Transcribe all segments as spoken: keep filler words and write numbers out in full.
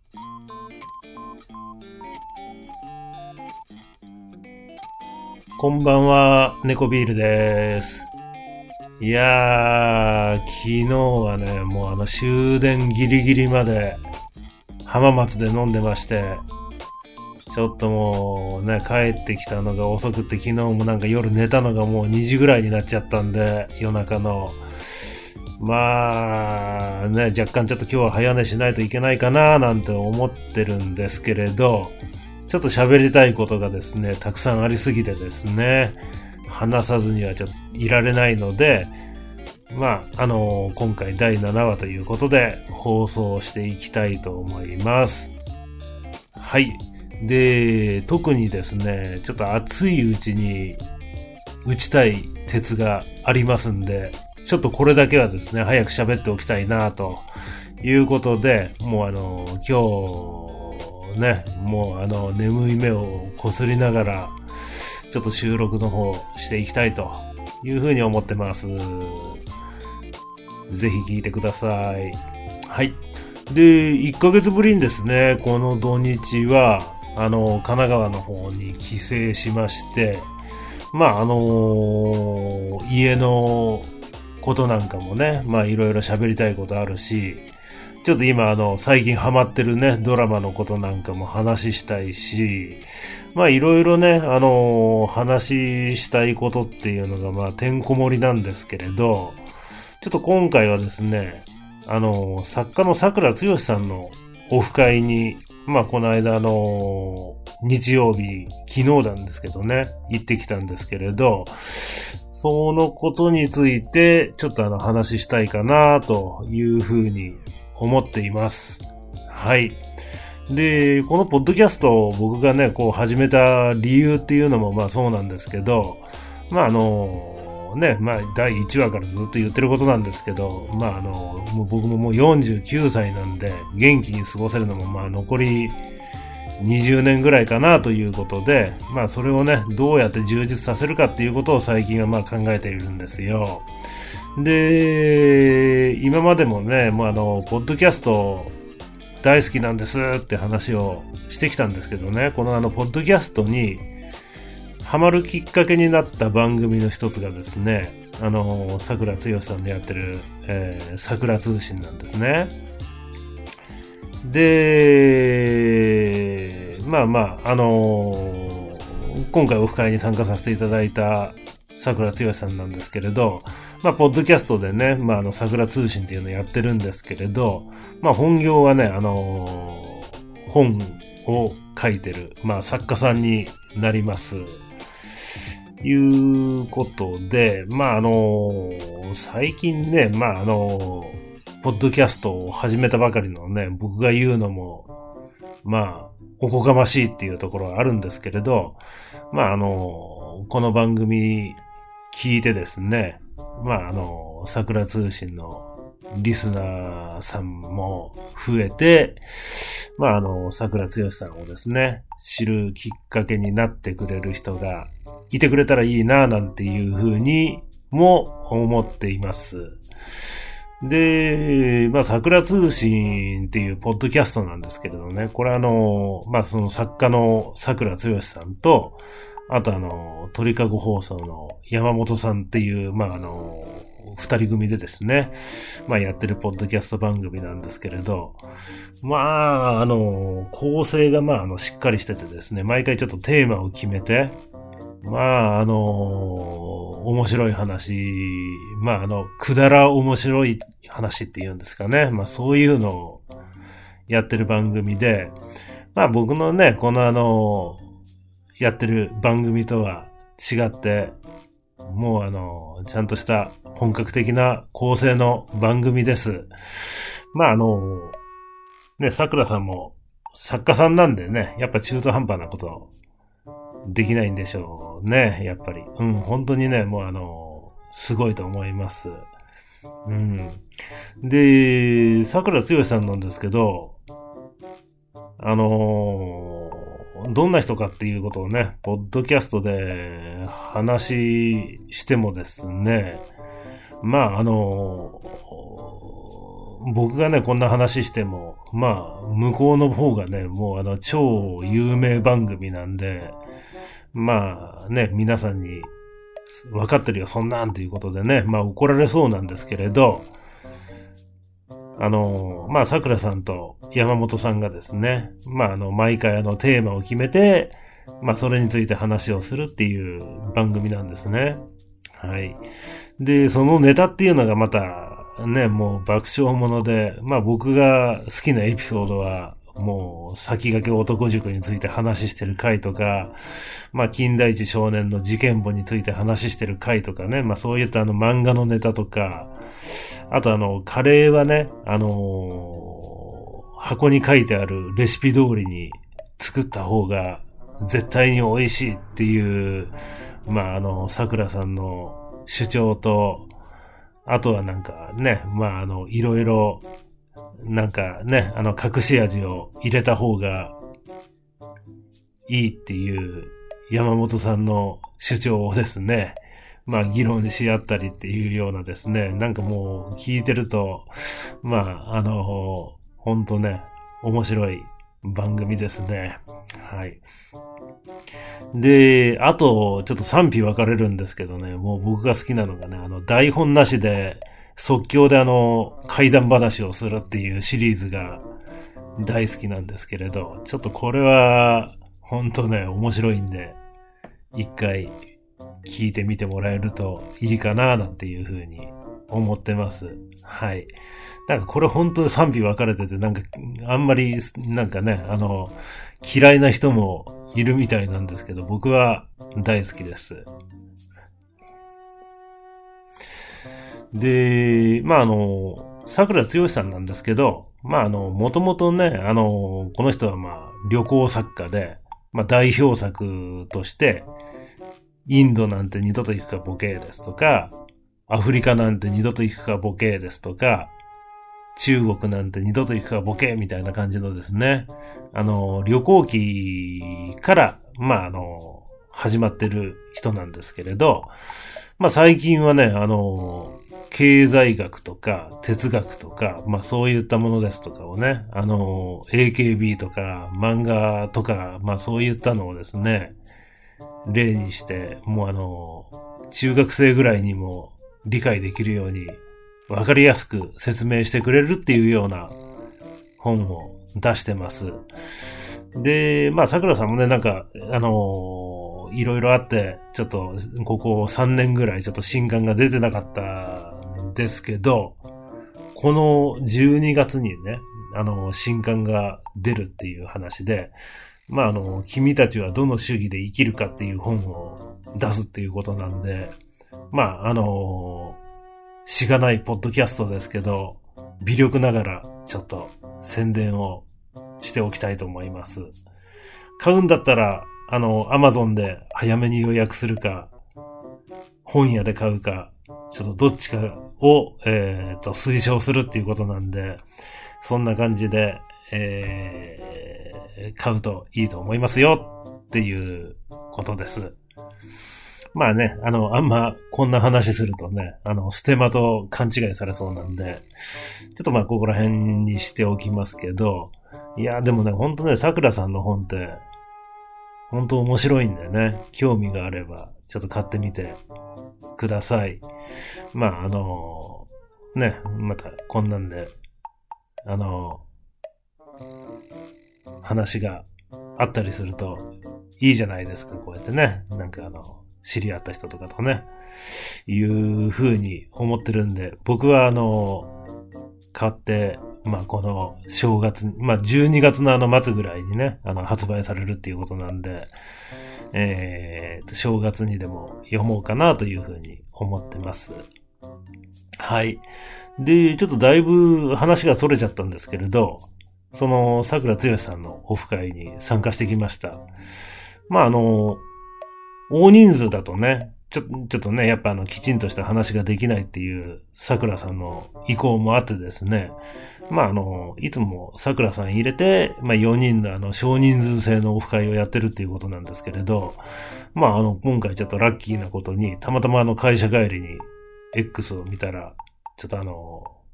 こんばんは、猫ビールです。いやー、昨日はね、もうあの終電ギリギリまで浜松で飲んでまして、ちょっともうね、帰ってきたのが遅くて、昨日もなんか夜寝たのがもうにじぐらいになっちゃったんで、夜中の。まあ、ね、若干ちょっと今日は早寝しないといけないかななんて思ってるんですけれど、ちょっと喋りたいことがですね、たくさんありすぎてですね、話さずにはちょっといられないので、まあ、あのー、今回だいななわということで放送していきたいと思います。はい。で、特にですね、ちょっと熱いうちに打ちたい鉄がありますんで、ちょっとこれだけはですね、早く喋っておきたいなということで、もうあのー、今日、ね、もうあの眠い目をこすりながらちょっと収録の方していきたいというふうに思ってます。ぜひ聞いてください。はい。で、いっかげつぶりにですね、この土日はあの神奈川の方に帰省しまして、まああの家のことなんかもね、まあいろいろ喋りたいことあるし、ちょっと今あの最近ハマってるねドラマのことなんかも話したいし、まあいろいろねあの話したいことっていうのがまあてんこ盛りなんですけれど、ちょっと今回はですねあの作家の桜つよしさんのオフ会にまあこの間あの日曜日昨日なんですけどね行ってきたんですけれど、そのことについてちょっとあの話したいかなというふうに思っています。はい。で、このポッドキャストを僕がね、こう始めた理由っていうのもまあそうなんですけど、まああの、ね、まあだいいちわからずっと言ってることなんですけど、まああの、もう僕ももうよんじゅうきゅうさいなんで、元気に過ごせるのもまあ残りにじゅうねんぐらいかなということで、まあそれをね、どうやって充実させるかっていうことを最近はまあ考えているんですよ。で、今までもね、もうあの、ポッドキャスト大好きなんですって話をしてきたんですけどね、このあの、ポッドキャストにハマるきっかけになった番組の一つがですね、あの、桜つよしさんでやってる、えー、桜通信なんですね。で、まあまあ、あの、今回オフ会に参加させていただいた桜つよしさんなんですけれど、まあ、ポッドキャストでね、まあ、あの、桜通信っていうのをやってるんですけれど、まあ、本業はね、あのー、本を書いてる、まあ、作家さんになります。いうことで、まあ、あのー、最近ね、まあ、あのー、ポッドキャストを始めたばかりのね、僕が言うのも、まあ、おこがましいっていうところはあるんですけれど、まあ、あのー、この番組聞いてですね、まあ、あの、桜通信のリスナーさんも増えて、まあ、あの、桜つよしさんをですね、知るきっかけになってくれる人がいてくれたらいいな、なんていうふうにも思っています。で、まあ、桜通信っていうポッドキャストなんですけれどね、これあの、まあ、その作家の桜つよしさんと、あとあの、鳥かご放送の山本さんっていう、まああの、二人組でですね、まあやってるポッドキャスト番組なんですけれど、まあ、あの、構成がまああの、しっかりしててですね、毎回ちょっとテーマを決めて、まああの、面白い話、まああの、くだら面白い話っていうんですかね、まあそういうのをやってる番組で、まあ僕のね、このあの、やってる番組とは違って、もうあの、ちゃんとした本格的な構成の番組です。まああの、ね、桜さんも作家さんなんでね、やっぱ中途半端なことできないんでしょうね、やっぱり。うん、本当にね、もうあの、すごいと思います。うん。で、桜つよしさんなんですけど、あのー、どんな人かっていうことをね、ポッドキャストで話してもですね、まあ、あのー、 僕がね、こんな話しても、まあ、向こうの方がね、もうあの、超有名番組なんで、まあね、皆さんに、分かってるよ、そんなんということでね、まあ怒られそうなんですけれど、あの、まあ、桜さんと山本さんがですね、まあ、あの、毎回あの、テーマを決めて、まあ、それについて話をするっていう番組なんですね。はい。で、そのネタっていうのがまた、ね、もう爆笑もので、まあ、僕が好きなエピソードは、もう、先駆け男塾について話してる回とか、まあ、金田一少年の事件簿について話してる回とかね、まあ、そういったあの、漫画のネタとか、あとあの、カレーはね、あのー、箱に書いてあるレシピ通りに作った方が絶対に美味しいっていう、まあ、あの、桜さんの主張と、あとはなんかね、まあ、あの、いろいろ、なんかね、あの、隠し味を入れた方がいいっていう山本さんの主張をですね、まあ議論し合ったりっていうようなですね、なんかもう聞いてると、まああの、ほんとね、面白い番組ですね。はい。で、あと、ちょっと賛否分かれるんですけどね、もう僕が好きなのがね、あの、台本なしで即興であの、怪談話をするっていうシリーズが大好きなんですけれど、ちょっとこれは、ほんとね、面白いんで、一回、聞いてみてもらえるといいかななんていう風に思ってます。はい。なんかこれ本当に賛否分かれてて、なんかあんまりなんかね、あの、嫌いな人もいるみたいなんですけど、僕は大好きです。で、まああの、桜剛さんなんですけど、まああの、もともとね、あの、この人はまあ旅行作家で、まあ代表作として、インドなんて二度と行くかボケーですとか、アフリカなんて二度と行くかボケーですとか、中国なんて二度と行くかボケーみたいな感じのですね、あの、旅行記から、まあ、あの、始まってる人なんですけれど、まあ最近はね、あの、経済学とか哲学とか、まあそういったものですとかをね、あの、エーケービー とか漫画とか、まあそういったのをですね、例にして、もうあの、中学生ぐらいにも理解できるように、わかりやすく説明してくれるっていうような本を出してます。で、まあ、桜さんもね、なんか、あのー、いろいろあって、ちょっと、ここさんねんぐらいちょっと新刊が出てなかったんですけど、このじゅうにがつにね、あの、新刊が出るっていう話で、まあ、あの、君たちはどの主義で生きるかっていう本を出すっていうことなんで、まあ、あの、しがないポッドキャストですけど、微力ながらちょっと宣伝をしておきたいと思います。買うんだったら、あの、アマゾンで早めに予約するか、本屋で買うか、ちょっとどっちかを、えっと、推奨するっていうことなんで、そんな感じで、えー、買うといいと思いますよっていうことです。まあね、あの、あんまこんな話するとね、あの、ステマと勘違いされそうなんで、ちょっとまあここら辺にしておきますけど、いや、でもね、ほんとね、桜さんの本って、ほんと面白いんでね、興味があれば、ちょっと買ってみてください。まあ、あの、ね、またこんなんで、あの、話があったりするといいじゃないですか、こうやってね。なんかあの、知り合った人とかとね、いう風に思ってるんで、僕はあの、買って、まあこの正月、まあじゅうにがつのあの末ぐらいにね、あの発売されるっていうことなんで、えーと、正月にでも読もうかなという風に思ってます。はい。で、ちょっとだいぶ話が逸れちゃったんですけれど、その桜剛さんのオフ会に参加してきました。まああの、大人数だとね、ちょ、ちょっとね、やっぱあの、きちんとした話ができないっていう桜さんの意向もあってですね、まああの、いつも桜さん入れて、まあよにんのあの、少人数制のオフ会をやってるっていうことなんですけれど、まああの、今回ちょっとラッキーなことに、たまたまあの、会社帰りに X を見たら、ちょっとあの、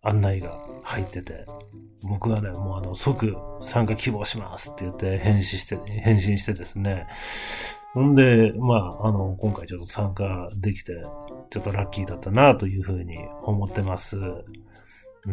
案内が入ってて、僕はね、もうあの、即参加希望しますって言って返信して、返信してですね。ほんで、まあ、あの、今回ちょっと参加できて、ちょっとラッキーだったなというふうに思ってます。うん。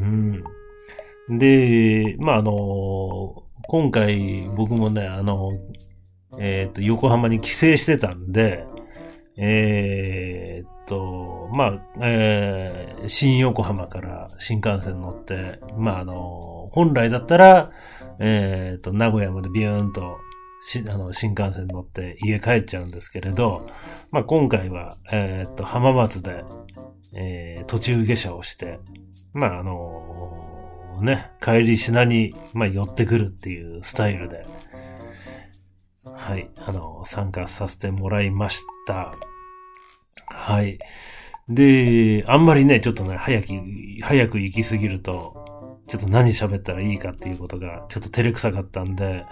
で、まあ、あの、今回僕もね、あの、えっと、横浜に帰省してたんで、えー、っと、まあ、えー、新横浜から新幹線乗って、まあ、あの、本来だったら、えー、っと、名古屋までビューンと、し、あの、新幹線乗って家帰っちゃうんですけれど、まあ、今回は、えー、っと、浜松で、えー、途中下車をして、まあ、あの、ね、帰り品に、まあ、寄ってくるっていうスタイルで、はい、あの、参加させてもらいました。はい。で、あんまりね、ちょっとね、早く、早く行きすぎると、ちょっと何喋ったらいいかっていうことが、ちょっと照れくさかったんで、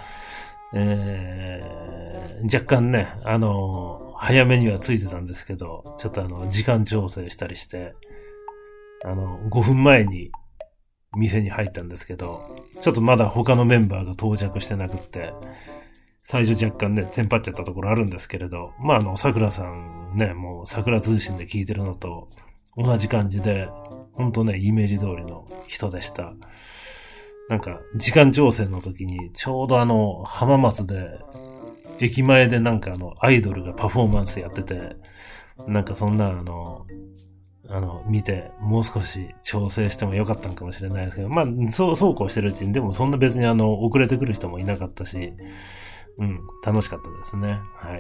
えー、若干ね、あの、早めにはついてたんですけど、ちょっとあの、時間調整したりして、あの、ごふんまえに店に入ったんですけど、ちょっとまだ他のメンバーが到着してなくって、最初若干ね、テンパっちゃったところあるんですけれど、まああの、桜さんね、もう桜通信で聞いてるのと同じ感じで、ほんとね、イメージ通りの人でした。なんか、時間調整の時に、ちょうどあの、浜松で、駅前でなんかあの、アイドルがパフォーマンスやってて、なんかそんなあの、あの、見て、もう少し調整してもよかったんかもしれないですけど、まあ、そう、そうこうしてるうちに、でもそんな別にあの、遅れてくる人もいなかったし、うん、楽しかったですね。はい。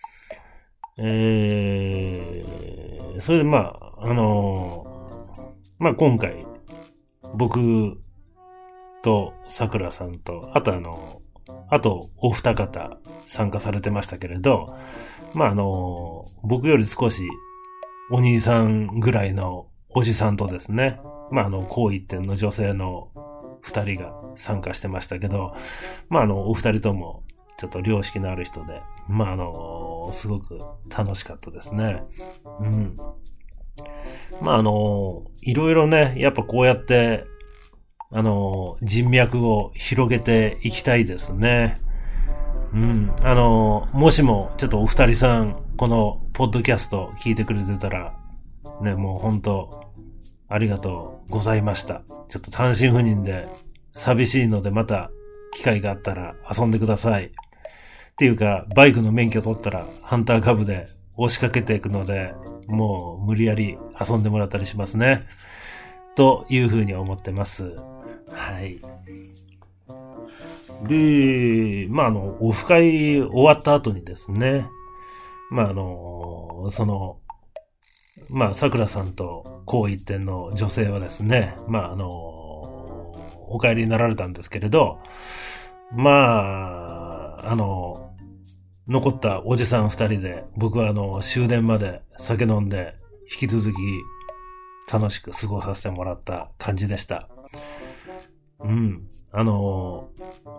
えー、それでまあ、あのー、まあ今回、僕と桜さんと、あとあの、あとお二方参加されてましたけれど、まああのー、僕より少しお兄さんぐらいのおじさんとですね、まああの、高一点の女性の二人が参加してましたけど、まああの、お二人とも、ちょっと良識のある人で、まあ、あの、すごく楽しかったですね。うん。まあ、あの、いろいろね、やっぱこうやって、あの、人脈を広げていきたいですね。うん。あの、もしも、ちょっとお二人さん、この、ポッドキャスト聞いてくれてたら、ね、もう本当ありがとうございました。ちょっと単身赴任で、寂しいのでまた、機会があったら遊んでください。っていうか、バイクの免許取ったら、ハンター株で押しかけていくので、もう無理やり遊んでもらったりしますね。というふうに思ってます。はい。で、まあ、あの、オフ会終わった後にですね、まあ、あの、その、まあ、桜さんと高一点の女性はですね、まあ、あの、お帰りになられたんですけれど、まあ、あの、残ったおじさん二人で、僕はあの、終電まで酒飲んで、引き続き楽しく過ごさせてもらった感じでした。うん。あの、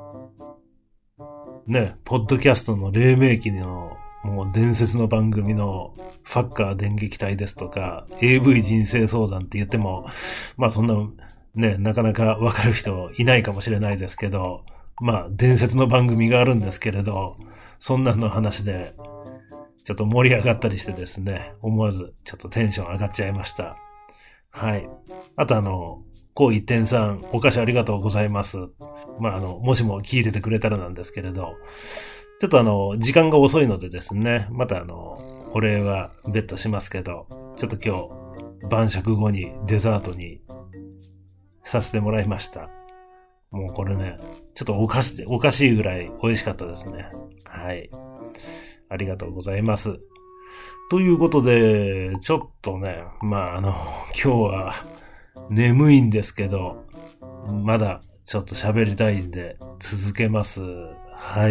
ね、ポッドキャストの黎明期の、もう伝説の番組のファッカー電撃隊ですとか、エーブイ 人生相談って言っても、まあそんな、ね、なかなかわかる人いないかもしれないですけど、まあ伝説の番組があるんですけれど、そんなの話で、ちょっと盛り上がったりしてですね、思わずちょっとテンション上がっちゃいました。はい。あとあの、こう一点さん、お菓子ありがとうございます。まああの、もしも聞いててくれたらなんですけれど、ちょっとあの、時間が遅いのでですね、またあの、お礼は別途しますけど、ちょっと今日、晩酌後にデザートにさせてもらいました。もうこれね、ちょっとおかしい、おかしいぐらい美味しかったですね。はい。ありがとうございます。ということで、ちょっとね、まああの、今日は眠いんですけど、まだちょっと喋りたいんで続けます。はい。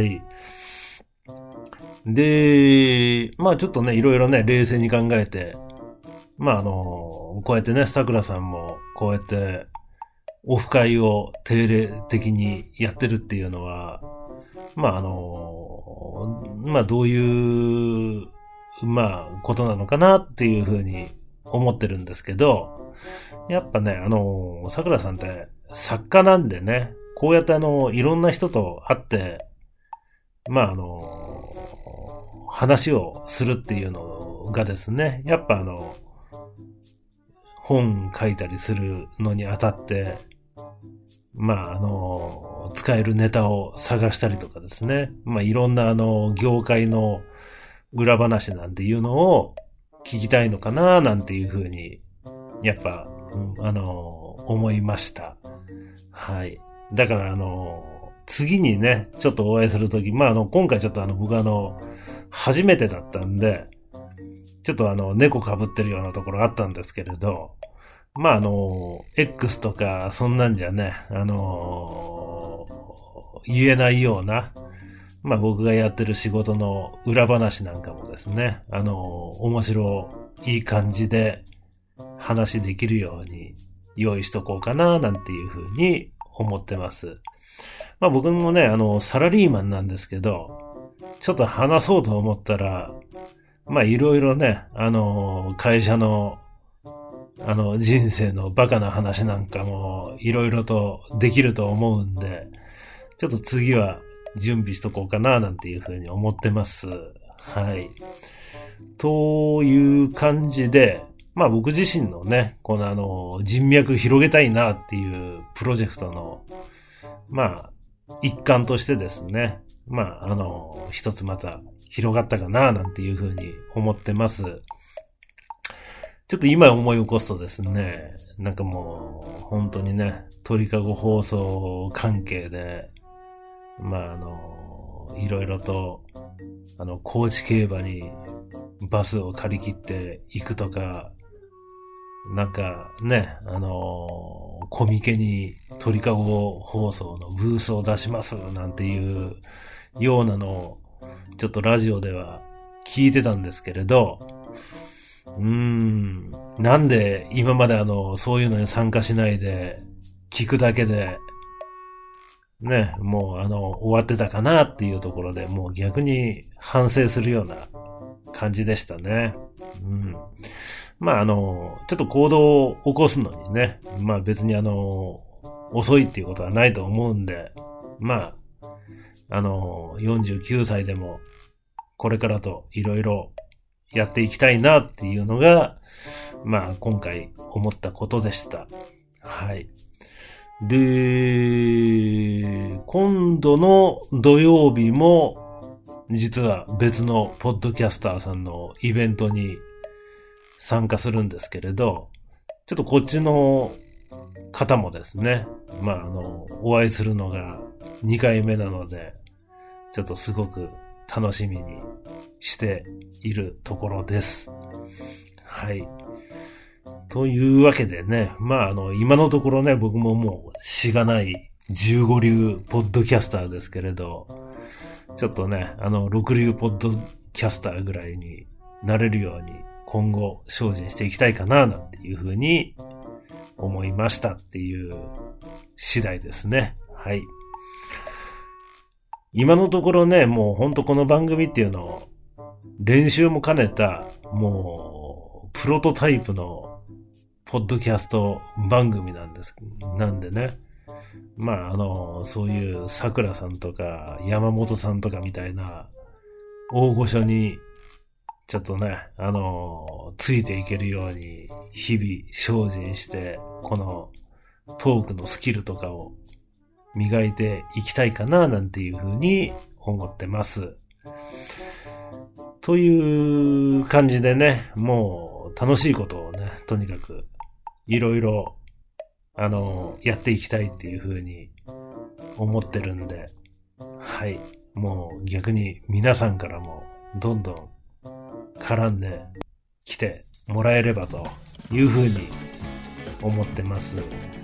で、まあちょっとね、いろいろね、冷静に考えて、まああの、こうやってね、桜さんもこうやってオフ会を定例的にやってるっていうのは、まああの、まあどういう、まあことなのかなっていうふうに思ってるんですけど、 やっぱね、あの、桜さんって作家なんでね、こうやってあの、いろんな人と会って、まああの、話をするっていうのがですね、やっぱあの、本書いたりするのにあたって、まああの、使えるネタを探したりとかですね、まあいろんなあの、業界の裏話なんていうのを聞きたいのかななんていうふうに、やっぱ、うん、あの、思いました。はい。だからあの、次にね、ちょっとお会いするとき、まああの、今回ちょっとあの、僕あの、初めてだったんで、ちょっとあの、猫被ってるようなところあったんですけれど、まああの、X とかそんなんじゃね、あの、言えないような、まあ僕がやってる仕事の裏話なんかもですね、あの、面白いい感じで話できるように用意しとこうかななんていうふうに思ってます。まあ僕もね、あの、サラリーマンなんですけど、ちょっと話そうと思ったら、まあいろいろね、あの、会社の、あの、人生のバカな話なんかもいろいろとできると思うんで、ちょっと次は準備しとこうかななんていうふうに思ってます。はい。という感じで、まあ僕自身のね、このあの、人脈広げたいなっていうプロジェクトの、まあ、一環としてですね、まああの、一つまた広がったかななんていうふうに思ってます。ちょっと今思い起こすとですね、なんかもう、本当にね、鳥かご放送関係で、まああの、いろいろと、あの、高知競馬にバスを借り切って行くとか、なんかね、あの、コミケに鳥かご放送のブースを出しますなんていうようなのを、ちょっとラジオでは聞いてたんですけれど、うーん、なんで今まであの、そういうのに参加しないで、聞くだけで、ね、もうあの、終わってたかなっていうところで、もう逆に反省するような感じでしたね。うん。まああの、ちょっと行動を起こすのにね、まあ別にあの、遅いっていうことはないと思うんで、まあ、あの、よんじゅうきゅうさいでも、これからといろいろやっていきたいなっていうのが、まあ今回思ったことでした。はい。で、今度の土曜日も、実は別のポッドキャスターさんのイベントに参加するんですけれど、ちょっとこっちの方もですね、まああの、お会いするのがにかいめなので、ちょっとすごく楽しみにしているところです。はい。というわけでね、まああの、今のところね、僕ももうしがないじゅうご流ポッドキャスターですけれど、ちょっとね、あの、ろく流ポッドキャスターぐらいになれるように今後精進していきたいかな、なんていうふうに思いましたっていう次第ですね。はい。今のところね、もうほんとこの番組っていうのを練習も兼ねた、もう、プロトタイプのポッドキャスト番組なんです。なんでね。まあ、あの、そういう桜さんとか山本さんとかみたいな大御所にちょっとね、あの、ついていけるように日々精進して、このトークのスキルとかを磨いていきたいかななんていうふうに思ってます。という感じでね、もう楽しいことをね、とにかくいろいろあのやっていきたいっていうふうに思ってるんで、はい、もう逆に皆さんからもどんどん絡んできてもらえればというふうに思ってます。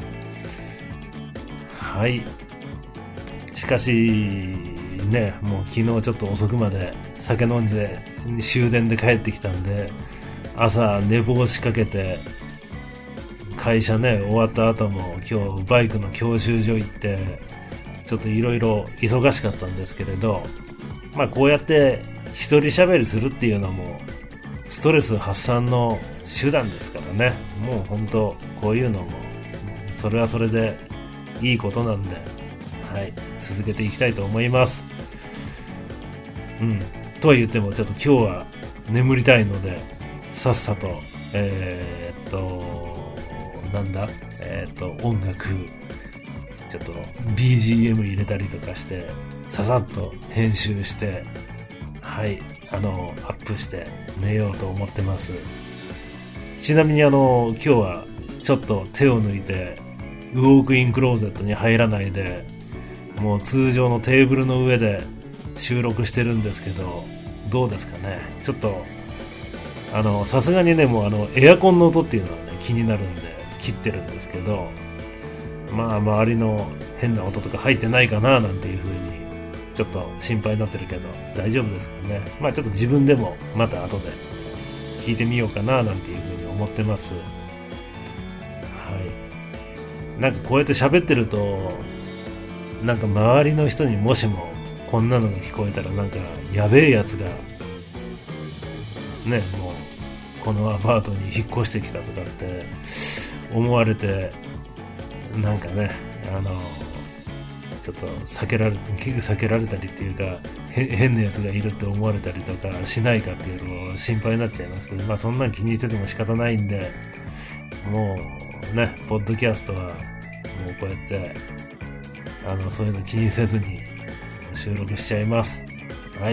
はい。しかしね、もう昨日ちょっと遅くまで酒飲んで終電で帰ってきたんで、朝寝坊しかけて会社ね終わった後も今日バイクの教習所行ってちょっといろいろ忙しかったんですけれど、まあこうやって一人喋りするっていうのもストレス発散の手段ですからね。もう本当こういうのもそれはそれでいいことなんで、はい、続けていきたいと思います。うん、とは言ってもちょっと今日は眠りたいので、さっさとえー、っとなんだえー、っと音楽ちょっと ビージーエム 入れたりとかしてささっと編集して、はいあのアップして寝ようと思ってます。ちなみにあの今日はちょっと手を抜いてウォークインクローゼットに入らないで、もう通常のテーブルの上で収録してるんですけど、どうですかね。ちょっとあのさすがにね、もうあのエアコンの音っていうのはね気になるんで切ってるんですけど、まあ周りの変な音とか入ってないかななんていう風にちょっと心配になってるけど大丈夫ですかね。まあちょっと自分でもまた後で聞いてみようかななんていう風に思ってます。はい。なんかこうやって喋ってると、なんか周りの人にもしもこんなのが聞こえたら、なんかやべえやつがね、もうこのアパートに引っ越してきたとかって思われて、なんかね、あのちょっと避けられ避けられたりっていうか、変なやつがいるって思われたりとかしないかっていうと心配になっちゃいますけど、まあそんなん気にしてても仕方ないんで、もうね、ポッドキャストはもうこうやってあのそういうの気にせずに収録しちゃいます。はい。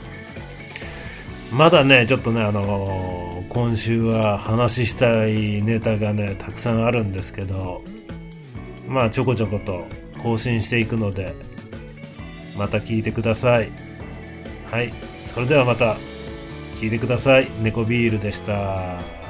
まだね、ちょっとね、あのー、今週は話したいネタがねたくさんあるんですけど、まあちょこちょこと更新していくので、また聞いてください。はい、それではまた聞いてください。猫ビールでした。